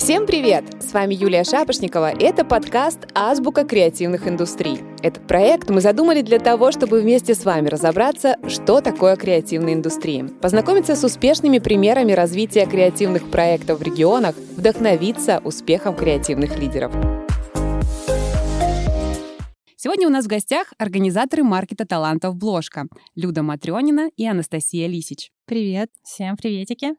Всем привет! С вами Юлия Шапошникова. Это подкаст «Азбука креативных индустрий». Этот проект мы задумали для того, чтобы вместе с вами разобраться, что такое креативные индустрии, познакомиться с успешными примерами развития креативных проектов в регионах, вдохновиться успехом креативных лидеров. Сегодня у нас в гостях организаторы маркета талантов «Бложка» Люда Матрёнина и Анастасия Лисич. Привет! Всем приветики!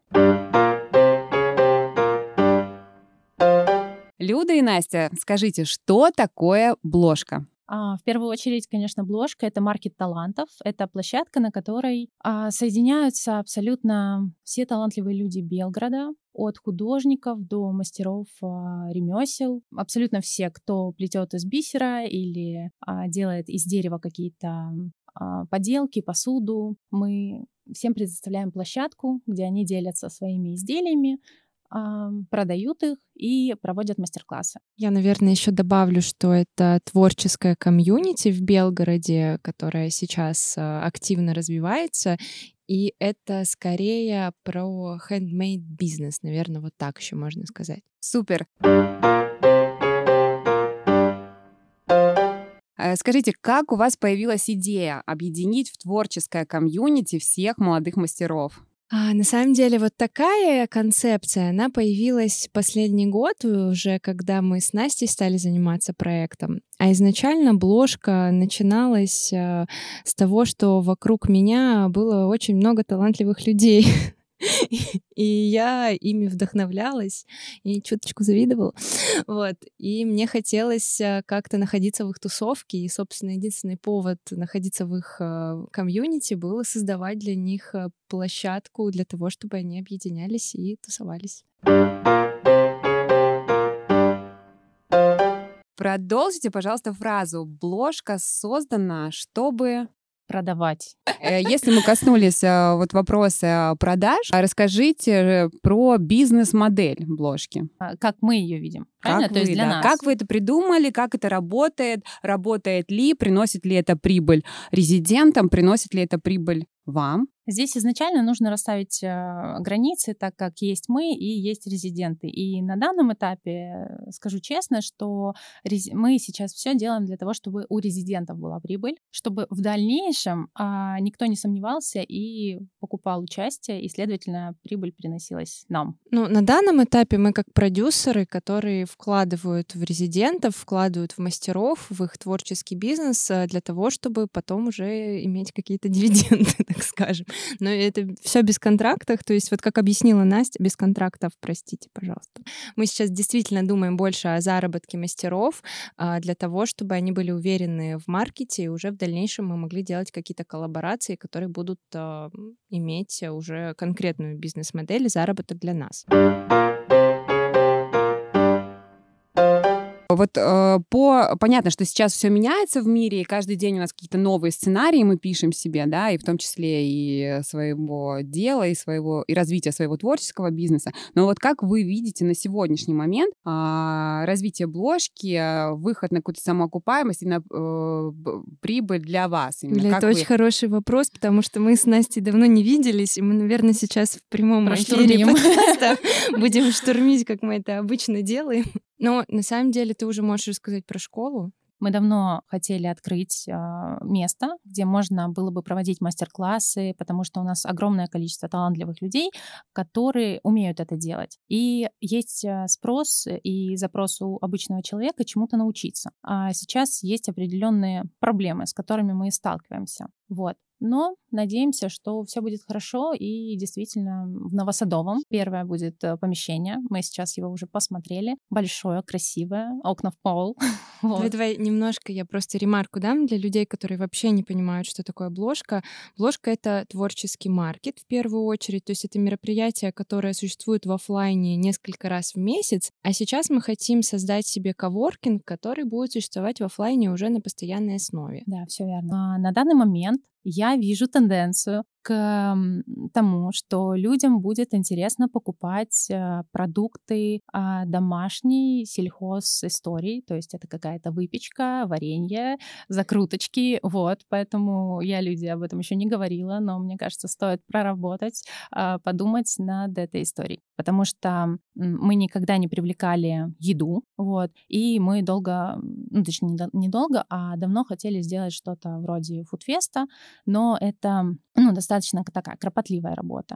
Люда и Настя, скажите, что такое «Бложка»? В первую очередь, конечно, «Бложка» — это маркет талантов. Это площадка, на которой соединяются абсолютно все талантливые люди Белгорода, от художников до мастеров ремесел. Абсолютно все, кто плетет из бисера или делает из дерева какие-то поделки, посуду. Мы всем предоставляем площадку, где они делятся своими изделиями, продают их и проводят мастер-классы. Я, наверное, еще добавлю, что это творческая комьюнити в Белгороде, которая сейчас активно развивается, и это скорее про handmade бизнес, наверное, вот так еще можно сказать. Супер! Скажите, как у вас появилась идея объединить в творческое комьюнити всех молодых мастеров? На самом деле вот такая концепция, она появилась последний год уже, когда мы с Настей стали заниматься проектом. А изначально «Бложка» начиналась с того, что вокруг меня было очень много талантливых людей. И я ими вдохновлялась и чуточку завидовала. Вот. И мне хотелось как-то находиться в их тусовке. И, собственно, единственный повод находиться в их комьюнити было создавать для них площадку для того, чтобы они объединялись и тусовались. Продолжите, пожалуйста, фразу. «Бложка создана, чтобы...» Продавать. Если мы коснулись вот вопроса продаж, расскажите про бизнес-модель «Бложки». Как мы ее видим. Правильно? Как То есть вы, для да. нас. Как вы это придумали, как это работает, работает ли, приносит ли это прибыль резидентам, приносит ли это прибыль вам? Здесь изначально нужно расставить границы, так как есть мы и есть резиденты. И на данном этапе скажу честно, что мы сейчас все делаем для того, чтобы у резидентов была прибыль, чтобы в дальнейшем никто не сомневался и покупал участие, и, следовательно, прибыль приносилась нам. Ну, на данном этапе мы как продюсеры, которые вкладывают в резидентов, вкладывают в мастеров, в их творческий бизнес для того, чтобы потом уже иметь какие-то дивиденды, так скажем. Но это все без контрактов, то есть вот как объяснила Настя, без контрактов, простите, пожалуйста. Мы сейчас действительно думаем больше о заработке мастеров для того, чтобы они были уверены в маркете, и уже в дальнейшем мы могли делать какие-то коллаборации, которые будут иметь уже конкретную бизнес-модель и заработок для нас. Вот понятно, что сейчас все меняется в мире, и каждый день у нас какие-то новые сценарии мы пишем себе, да, и в том числе и своего дела, и развития своего творческого бизнеса. Но вот как вы видите на сегодняшний момент развитие «Бложки», выход на какую-то самоокупаемость и на прибыль для вас? Юля, это очень хороший вопрос, потому что мы с Настей давно не виделись, и мы, наверное, сейчас в прямом эфире подкаста будем штурмить, как мы это обычно делаем. Но на самом деле ты уже можешь рассказать про школу. Мы давно хотели открыть место, где можно было бы проводить мастер-классы, потому что у нас огромное количество талантливых людей, которые умеют это делать. И есть спрос и запрос у обычного человека чему-то научиться. А сейчас есть определенные проблемы, с которыми мы сталкиваемся. Вот. Но надеемся, что все будет хорошо, и действительно в Новосадовом первое будет помещение. Мы сейчас его уже посмотрели. Большое, красивое, окна в пол. Давай немножко я просто ремарку дам для людей, которые вообще не понимают, что такое «Бложка». «Бложка» — это творческий маркет в первую очередь, то есть это мероприятие, которое существует в офлайне несколько раз в месяц, а сейчас мы хотим создать себе коворкинг, который будет существовать в офлайне уже на постоянной основе. Да, все верно. На данный момент я вижу тенденцию тому, что людям будет интересно покупать продукты домашней сельхозистории, то есть это какая-то выпечка, варенье, закруточки, вот, поэтому я люди об этом еще не говорила, но мне кажется, стоит проработать, подумать над этой историей, потому что мы никогда не привлекали еду, вот, и мы долго, ну, точнее, не долго, а давно хотели сделать что-то вроде фудфеста, но это, ну, достаточно такая кропотливая работа.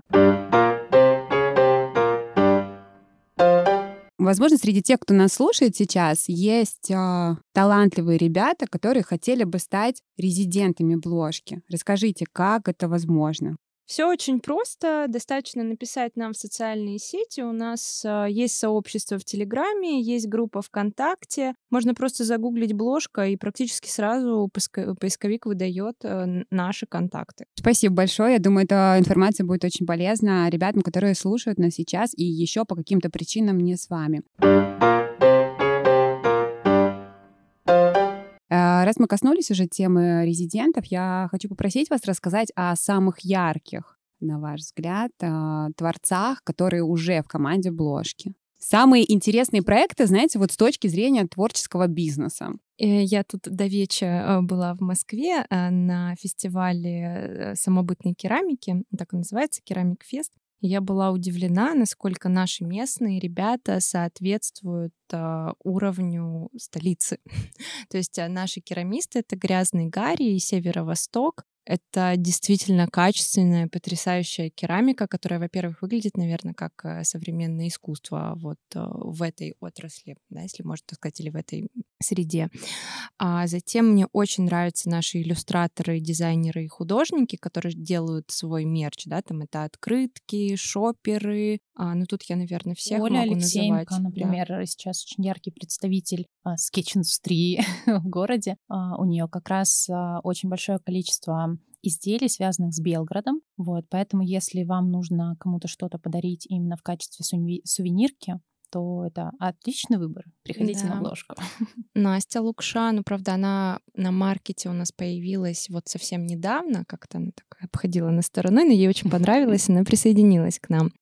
Возможно, среди тех, кто нас слушает сейчас, есть талантливые ребята, которые хотели бы стать резидентами Бложки. Расскажите, как это возможно? Все очень просто. Достаточно написать нам в социальные сети. У нас есть сообщество в Телеграме, есть группа ВКонтакте. Можно просто загуглить Бложка, и практически сразу поисковик выдает наши контакты. Спасибо большое. Я думаю, эта информация будет очень полезна ребятам, которые слушают нас сейчас и еще по каким-то причинам не с вами. Раз мы коснулись уже темы резидентов, я хочу попросить вас рассказать о самых ярких, на ваш взгляд, творцах, которые уже в команде Бложки. Самые интересные проекты, знаете, вот с точки зрения творческого бизнеса. Я тут давеча была в Москве на фестивале самобытной керамики, так он называется, Керамик-фест. Я была удивлена, насколько наши местные ребята соответствуют уровню столицы. То есть наши керамисты — это Грязный Гарри и Северо-Восток. Это действительно качественная, потрясающая керамика, которая, во-первых, выглядит, наверное, как современное искусство вот в этой отрасли, да, если можно так сказать, или в этой среде. А затем мне очень нравятся наши иллюстраторы, дизайнеры и художники, которые делают свой мерч, да, там это открытки, шоперы. Ну тут я, наверное, всех Оля могу Алексеенко, называть. например, сейчас очень яркий представитель скетч-индустрии в городе. У нее как раз очень большое количество изделий, связанных с Белгородом. Вот, поэтому если вам нужно кому-то что-то подарить именно в качестве сувенирки, то это отличный выбор. Приходите на Бложку. Настя Лукша, ну, правда, она на маркете у нас появилась вот совсем недавно, как-то она так обходила нас стороной, но ей очень понравилось, она присоединилась к нам.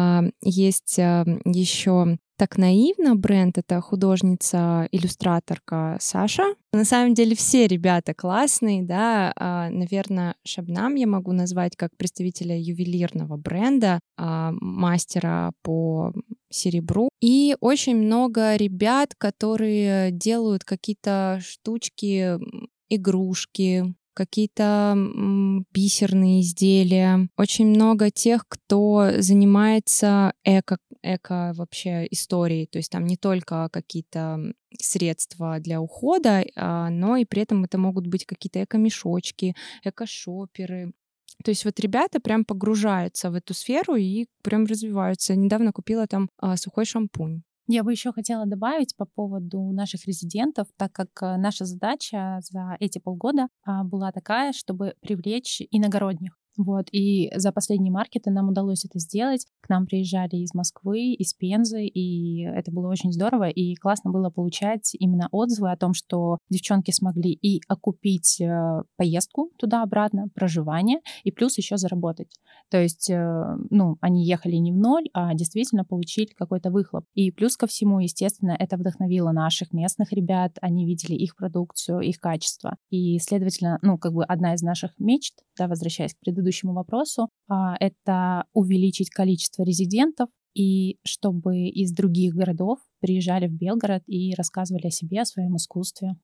Есть еще «Так наивно» бренд, это художница-иллюстраторка Саша. На самом деле все ребята классные, да. Наверное, Шабнам я могу назвать как представителя ювелирного бренда, мастера по серебру. И очень много ребят, которые делают какие-то штучки, игрушки, какие-то бисерные изделия. Очень много тех, кто занимается эко вообще историей. То есть там не только какие-то средства для ухода, но и при этом это могут быть какие-то эко-мешочки, эко-шоперы. То есть вот ребята прям погружаются в эту сферу и прям развиваются. Недавно купила там сухой шампунь. Я бы еще хотела добавить по поводу наших резидентов, так как наша задача за эти полгода была такая, чтобы привлечь иногородних. Вот, и за последние маркеты нам удалось это сделать. К нам приезжали из Москвы, из Пензы, и это было очень здорово, и классно было получать именно отзывы о том, что девчонки смогли и окупить поездку туда-обратно, проживание, и плюс еще заработать. То есть, ну, они ехали не в ноль, а действительно получили какой-то выхлоп. И плюс ко всему, естественно, это вдохновило наших местных ребят, они видели их продукцию, их качество. И, следовательно, ну, как бы одна из наших мечт, да, возвращаясь к предыдущему вопросу, это увеличить количество резидентов и чтобы из других городов приезжали в Белгород и рассказывали о себе, о своем искусстве.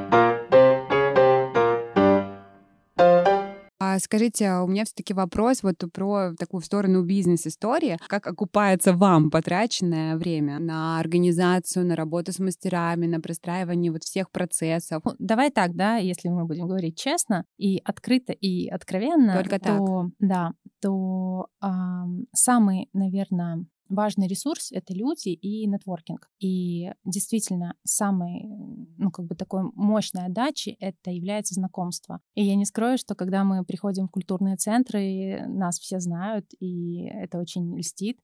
Скажите, у меня все-таки вопрос вот про такую сторону бизнес-истории. Как окупается вам потраченное время на организацию, на работу с мастерами, на простраивание вот всех процессов? Ну, давай так, да, если мы будем говорить честно и открыто, и откровенно, Только то, да, то самый, наверное, важный ресурс — это люди и нетворкинг. И действительно, самой, ну, как бы такой мощной отдачей это является знакомство. И я не скрою, что когда мы приходим в культурные центры, нас все знают, и это очень льстит.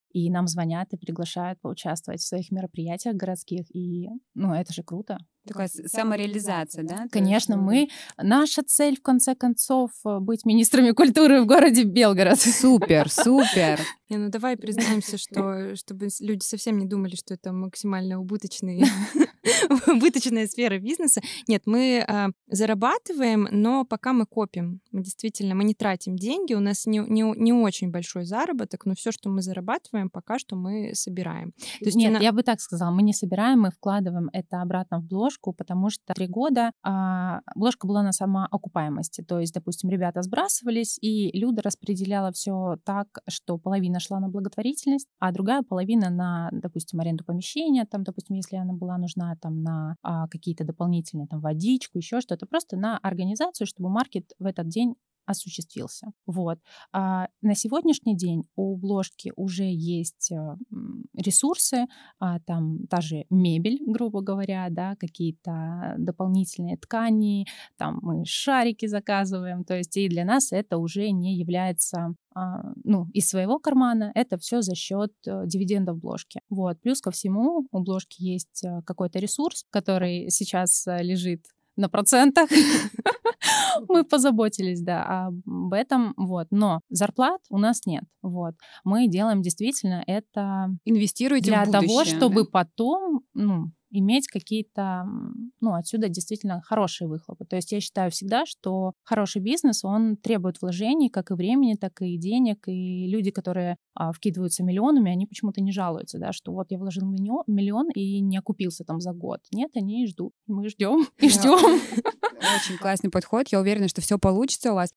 и нам звонят и приглашают поучаствовать в своих мероприятиях городских, и, ну, это же круто. Такая самореализация, да? Конечно, наша цель, в конце концов, быть министрами культуры в городе Белгород. Супер, супер. Ну давай признаемся, что чтобы люди совсем не думали, что это максимально убыточная сфера бизнеса. Нет, мы зарабатываем, но пока мы копим. Мы действительно, мы не тратим деньги, у нас не очень большой заработок, но все, что мы зарабатываем, пока что мы собираем. То есть нет, я бы так сказала, мы не собираем, мы вкладываем это обратно в бложку, потому что 3 года бложка была на самоокупаемости. То есть, допустим, ребята сбрасывались, и Люда распределяла все так, что половина шла на благотворительность, а другая половина на, допустим, аренду помещения, там, допустим, если она была нужна, там, на какие-то дополнительные, там, водичку, еще что-то, просто на организацию, чтобы маркет в этот день осуществился. Вот. На сегодняшний день у бложки уже есть ресурсы, там та же мебель, грубо говоря, да, какие-то дополнительные ткани, там мы шарики заказываем, то есть и для нас это уже не является из своего кармана, это все за счет дивидендов бложки. Вот. Плюс ко всему у бложки есть какой-то ресурс, который сейчас лежит на процентах. Мы позаботились, да, об этом, вот. Но зарплат у нас нет, вот. Мы делаем действительно это инвестируете для в будущее, того, чтобы да? потом, иметь какие-то, отсюда действительно хорошие выхлопы. То есть я считаю всегда, что хороший бизнес, он требует вложений, как и времени, так и денег, и люди, которые вкидываются миллионами, они почему-то не жалуются, да, что вот я вложил миллион и не окупился там за год. Нет, они ждут. Мы ждем и ждем. Очень классный подход. Я уверена, что все получится у вас.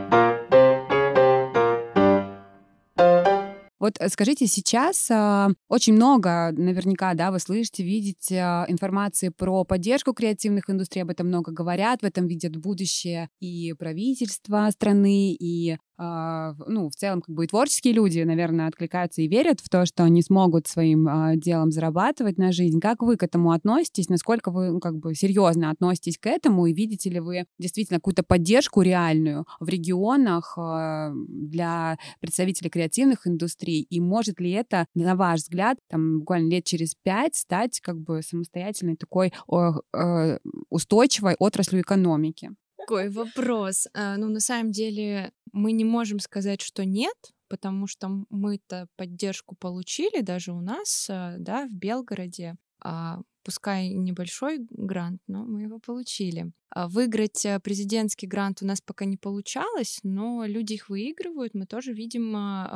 Вот скажите, сейчас очень много, наверняка, да, вы слышите, видите информации про поддержку креативных индустрий, об этом много говорят, в этом видят будущее и правительство страны, и в целом, как бы и творческие люди, наверное, откликаются и верят в то, что они смогут своим делом зарабатывать на жизнь. Как вы к этому относитесь? Насколько вы, серьезно относитесь к этому? И видите ли вы действительно какую-то поддержку реальную в регионах для представителей креативных индустрий? И может ли это, на ваш взгляд, там, буквально лет через 5 стать самостоятельной такой устойчивой отраслью экономики? Какой вопрос. На самом деле мы не можем сказать, что нет, потому что мы-то поддержку получили даже у нас, да, в Белгороде. Пускай небольшой грант, но мы его получили. Выиграть президентский грант у нас пока не получалось, но люди их выигрывают. Мы тоже видим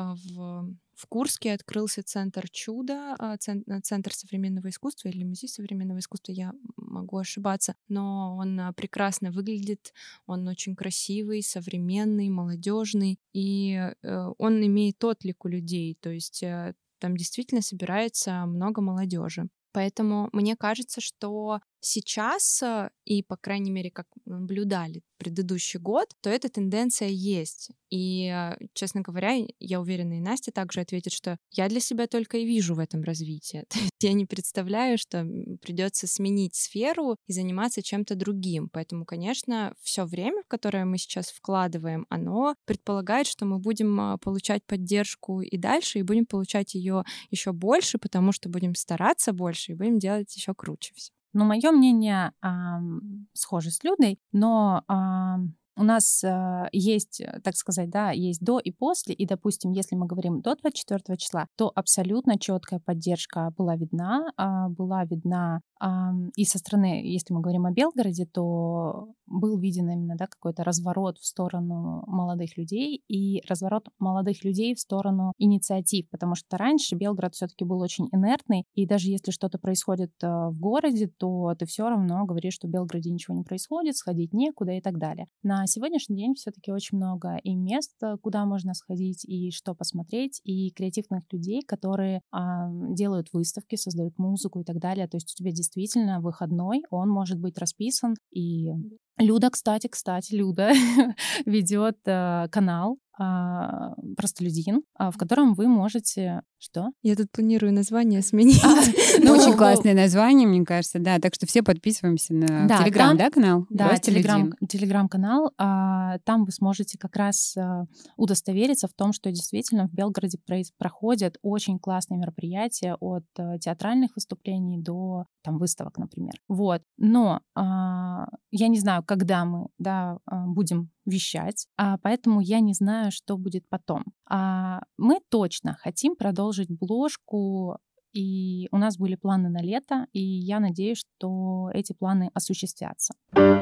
в Курске открылся центр «Чудо», центр современного искусства или музей современного искусства, я могу ошибаться, но он прекрасно выглядит, он очень красивый, современный, молодежный, и он имеет отклик у людей, то есть там действительно собирается много молодежи. Поэтому мне кажется, что сейчас, и, по крайней мере, как наблюдали предыдущий год, то эта тенденция есть. И, честно говоря, я уверена, и Настя также ответит, что я для себя только и вижу в этом развитие. То есть я не представляю, что придется сменить сферу и заниматься чем-то другим. Поэтому, конечно, все время, в которое мы сейчас вкладываем, оно предполагает, что мы будем получать поддержку и дальше, и будем получать ее еще больше, потому что будем стараться больше и будем делать еще круче все. Мое мнение схоже с Людой, но у нас есть, так сказать, да, есть до и после, и, допустим, если мы говорим до 24 числа, то абсолютно четкая поддержка была видна и со стороны, если мы говорим о Белгороде, то был виден именно, да, какой-то разворот в сторону молодых людей и разворот молодых людей в сторону инициатив, потому что раньше Белгород все-таки был очень инертный, и даже если что-то происходит в городе, то ты все равно говоришь, что в Белгороде ничего не происходит, сходить некуда и так далее. На сегодняшний день все-таки очень много и мест, куда можно сходить, и что посмотреть, и креативных людей, которые делают выставки, создают музыку и так далее. То есть у тебя действительно выходной, он может быть расписан, и Люда, кстати, Люда ведет канал «Простолюдин», в котором вы можете... Что? Я тут планирую название сменить. Очень классное название, мне кажется, да. Так что все подписываемся на Телеграм, да, канал? Да, Телеграм-канал. Там вы сможете как раз удостовериться в том, что действительно в Белгороде проходят очень классные мероприятия от театральных выступлений до там выставок, например. Вот. Но я не знаю, когда мы будем вещать, поэтому я не знаю, что будет потом. Мы точно хотим продолжить бложку, и у нас были планы на лето, и я надеюсь, что эти планы осуществятся.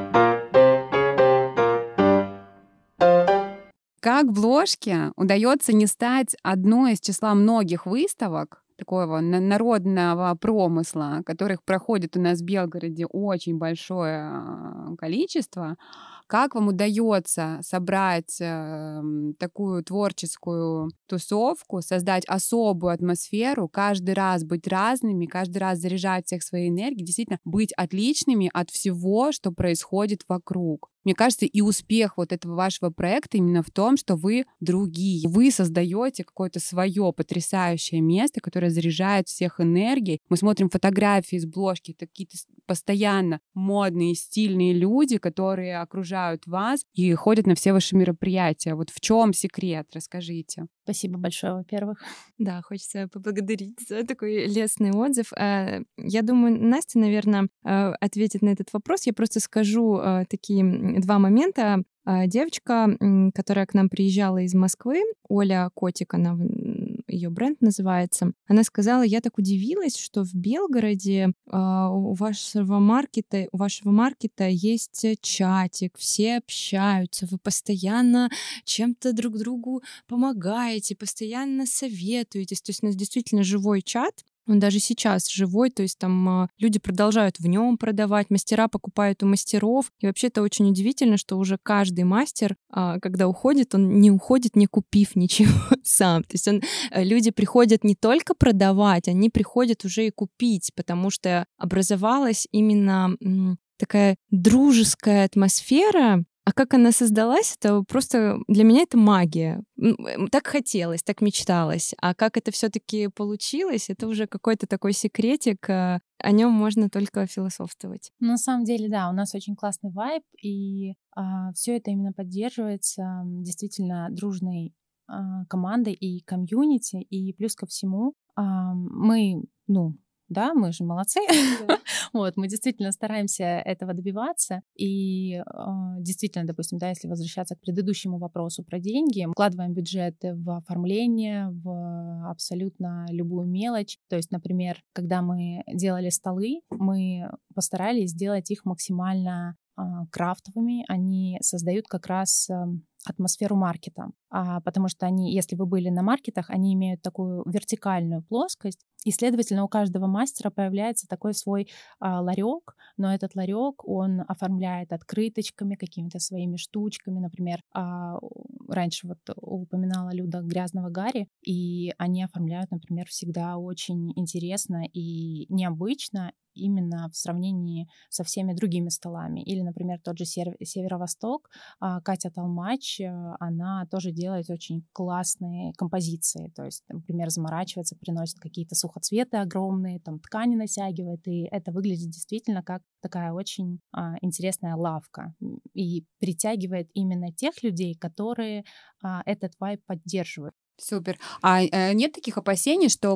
Как бложке удается не стать одной из числа многих выставок такого народного промысла, которых проходит у нас в Белгороде очень большое количество? Как вам удается собрать такую творческую тусовку, создать особую атмосферу, каждый раз быть разными, каждый раз заряжать всех своей энергией, действительно быть отличными от всего, что происходит вокруг? Мне кажется, и успех вот этого вашего проекта именно в том, что вы другие. Вы создаете какое-то свое потрясающее место, которое заряжает всех энергией. Мы смотрим фотографии из бложки, это какие-то постоянно модные, стильные люди, которые окружают вас и ходят на все ваши мероприятия. Вот в чем секрет? Расскажите. Спасибо большое, во-первых. Да, хочется поблагодарить за такой лестный отзыв. Я думаю, Настя, наверное, ответит на этот вопрос. Я просто скажу такие два момента. Девочка, которая к нам приезжала из Москвы, Оля Котик, она ее бренд называется, она сказала: я так удивилась, что в Белгороде у вашего маркета есть чатик, все общаются, вы постоянно чем-то друг другу помогаете, постоянно советуетесь. То есть у нас действительно живой чат. Он даже сейчас живой, то есть там люди продолжают в нем продавать, мастера покупают у мастеров. И вообще это очень удивительно, что уже каждый мастер, когда уходит, он не уходит, не купив ничего сам. То есть люди приходят не только продавать, они приходят уже и купить, потому что образовалась именно такая дружеская атмосфера. А как она создалась, это просто для меня это магия. Так хотелось, так мечталось. А как это все-таки получилось, это уже какой-то такой секретик. О нем можно только философствовать. На самом деле, да, у нас очень классный вайб, и все это именно поддерживается действительно дружной командой и комьюнити. И плюс ко всему мы, да, мы же молодцы. Да. Вот, мы действительно стараемся этого добиваться. И действительно, допустим, да, если возвращаться к предыдущему вопросу про деньги, мы вкладываем бюджет в оформление, в абсолютно любую мелочь. То есть, например, когда мы делали столы, мы постарались сделать их максимально крафтовыми. Они создают как раз атмосферу маркета, потому что они, если вы были на маркетах, они имеют такую вертикальную плоскость, и, следовательно, у каждого мастера появляется такой свой ларек, но этот ларек он оформляет открыточками, какими-то своими штучками, например, раньше вот упоминала Люда грязного Гарри, и они оформляют, например, всегда очень интересно и необычно, именно в сравнении со всеми другими столами. Или, например, тот же Северо-Восток, Катя Толмач, она тоже делает очень классные композиции. То есть, например, заморачивается, приносит какие-то сухоцветы огромные, там ткани натягивает, и это выглядит действительно как такая очень интересная лавка и притягивает именно тех людей, которые этот вайб поддерживают. Супер. А нет таких опасений, что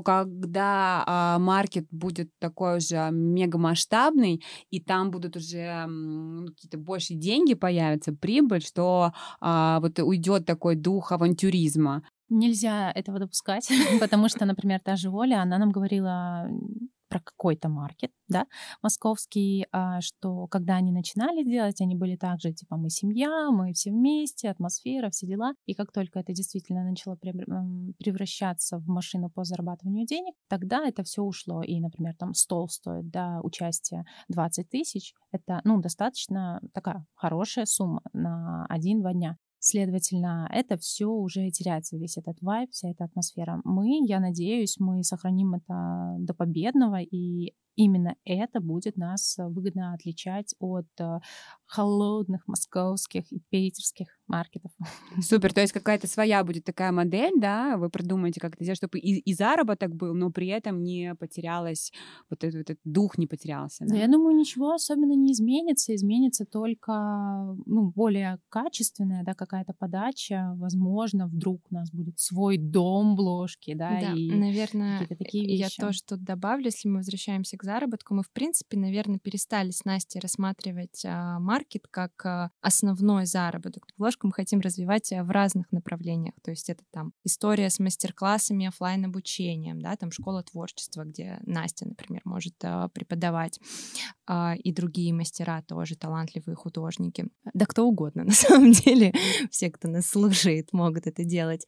когда маркет будет такой уже мегамасштабный, и там будут уже какие-то больше деньги появятся, прибыль, что вот уйдет такой дух авантюризма? Нельзя этого допускать, потому что, например, та же Оля, она нам говорила про какой-то маркет, да, московский, что когда они начинали делать, они были также, типа, мы семья, мы все вместе, атмосфера, все дела. И как только это действительно начало превращаться в машину по зарабатыванию денег, тогда это все ушло. И, например, там стол стоит, да, участие 20 тысяч. Это, достаточно такая хорошая сумма на 1-2 дня. Следовательно, это все уже теряется, весь этот вайб, вся эта атмосфера. Я надеюсь, мы сохраним это до победного, и именно это будет нас выгодно отличать от холодных московских и питерских маркетов. Супер, то есть какая-то своя будет такая модель, да, вы придумаете, как это сделать, чтобы и заработок был, но при этом не потерялось, вот этот дух не потерялся. Да? Я думаю, ничего особенно не изменится только более качественная, да, какая-то подача, возможно, вдруг у нас будет свой дом бложки, да, и наверное, какие-то такие вещи. Я тоже тут добавлю, если мы возвращаемся к заработку, мы, в принципе, наверное, перестали с Настей рассматривать маркет как основной заработок. Бложку мы хотим развивать в разных направлениях, то есть это там история с мастер-классами, офлайн-обучением, да, там школа творчества, где Настя, например, может преподавать, и другие мастера тоже, талантливые художники. Да кто угодно, на самом деле, все, кто нас слушает, могут это делать.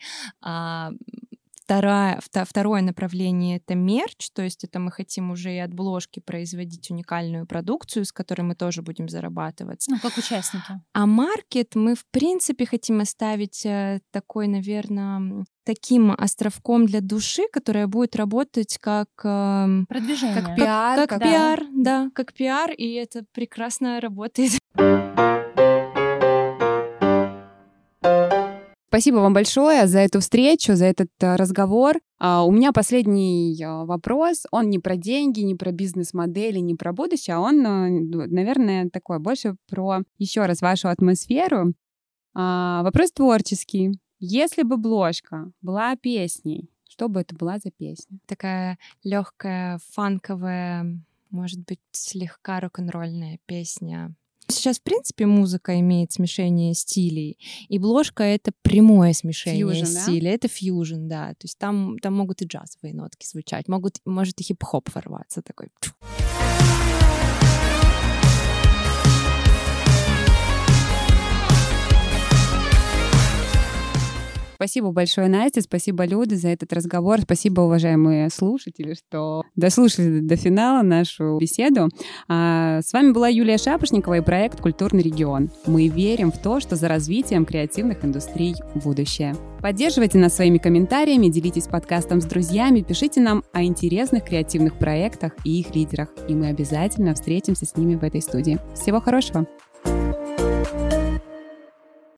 Второе направление — это мерч, то есть это мы хотим уже и от бложки производить уникальную продукцию, с которой мы тоже будем зарабатывать. Как участники. А маркет мы, в принципе, хотим оставить такой, наверное, таким островком для души, которая будет работать как продвижение, как пиар, как пиар, да, как пиар, и это прекрасно работает. Спасибо вам большое за эту встречу, за этот разговор. У меня последний вопрос. Он не про деньги, не про бизнес-модели, не про будущее, а он, наверное, такой больше про еще раз вашу атмосферу. Вопрос творческий. Если бы бложка была песней, что бы это была за песня? Такая легкая, фанковая, может быть, слегка рок-н-ролльная песня. Сейчас, в принципе, музыка имеет смешение стилей, и бложка — это прямое смешение стилей, да? Это фьюжн, да. То есть там могут и джазовые нотки звучать, может и хип-хоп ворваться такой. Спасибо большое, Настя, спасибо, Люда, за этот разговор. Спасибо, уважаемые слушатели, что дослушали до финала нашу беседу. С вами была Юлия Шапошникова и проект «Культурный регион». Мы верим в то, что за развитием креативных индустрий будущее. Поддерживайте нас своими комментариями, делитесь подкастом с друзьями, пишите нам о интересных креативных проектах и их лидерах, и мы обязательно встретимся с ними в этой студии. Всего хорошего!